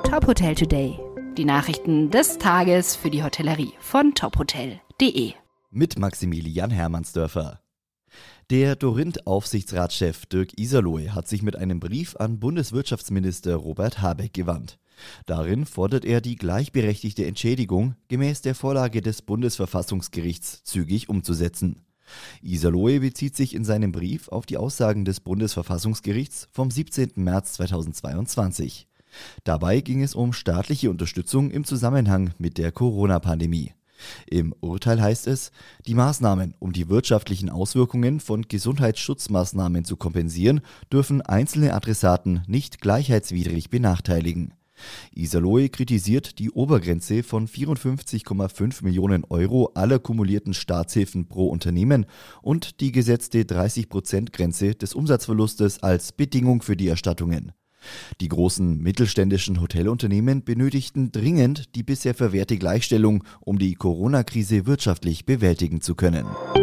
Top Hotel Today. Die Nachrichten des Tages für die Hotellerie von tophotel.de. Mit Maximilian Hermannsdörfer. Der Dorint-Aufsichtsratschef Dirk Iserlohn hat sich mit einem Brief an Bundeswirtschaftsminister Robert Habeck gewandt. Darin fordert er die gleichberechtigte Entschädigung gemäß der Vorlage des Bundesverfassungsgerichts zügig umzusetzen. Iserlohn bezieht sich in seinem Brief auf die Aussagen des Bundesverfassungsgerichts vom 17. März 2022. Dabei ging es um staatliche Unterstützung im Zusammenhang mit der Corona-Pandemie. Im Urteil heißt es, die Maßnahmen, um die wirtschaftlichen Auswirkungen von Gesundheitsschutzmaßnahmen zu kompensieren, dürfen einzelne Adressaten nicht gleichheitswidrig benachteiligen. Iserlohn kritisiert die Obergrenze von 54,5 Millionen Euro aller kumulierten Staatshilfen pro Unternehmen und die gesetzte 30%-Grenze des Umsatzverlustes als Bedingung für die Erstattungen. Die großen mittelständischen Hotelunternehmen benötigten dringend die bisher verwehrte Gleichstellung, um die Corona-Krise wirtschaftlich bewältigen zu können.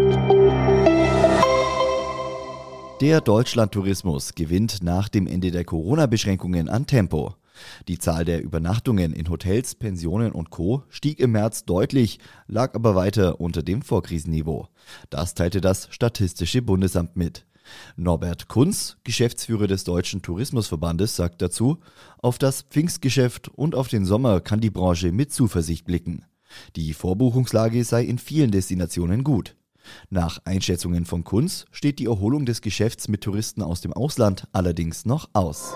Der Deutschlandtourismus gewinnt nach dem Ende der Corona-Beschränkungen an Tempo. Die Zahl der Übernachtungen in Hotels, Pensionen und Co. stieg im März deutlich, lag aber weiter unter dem Vorkrisenniveau. Das teilte das Statistische Bundesamt mit. Norbert Kunz, Geschäftsführer des Deutschen Tourismusverbandes, sagt dazu, auf das Pfingstgeschäft und auf den Sommer kann die Branche mit Zuversicht blicken. Die Vorbuchungslage sei in vielen Destinationen gut. Nach Einschätzungen von Kunz steht die Erholung des Geschäfts mit Touristen aus dem Ausland allerdings noch aus.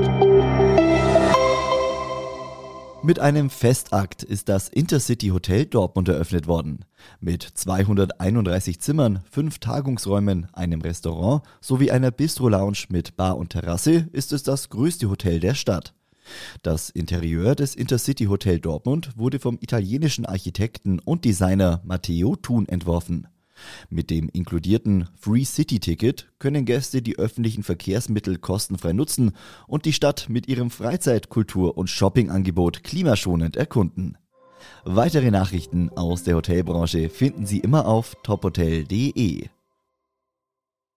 Mit einem Festakt ist das Intercity Hotel Dortmund eröffnet worden. Mit 231 Zimmern, 5 Tagungsräumen, einem Restaurant sowie einer Bistro-Lounge mit Bar und Terrasse ist es das größte Hotel der Stadt. Das Interieur des Intercity Hotel Dortmund wurde vom italienischen Architekten und Designer Matteo Thun entworfen. Mit dem inkludierten Free City Ticket können Gäste die öffentlichen Verkehrsmittel kostenfrei nutzen und die Stadt mit ihrem Freizeit-, Kultur- und Shoppingangebot klimaschonend erkunden. Weitere Nachrichten aus der Hotelbranche finden Sie immer auf tophotel.de.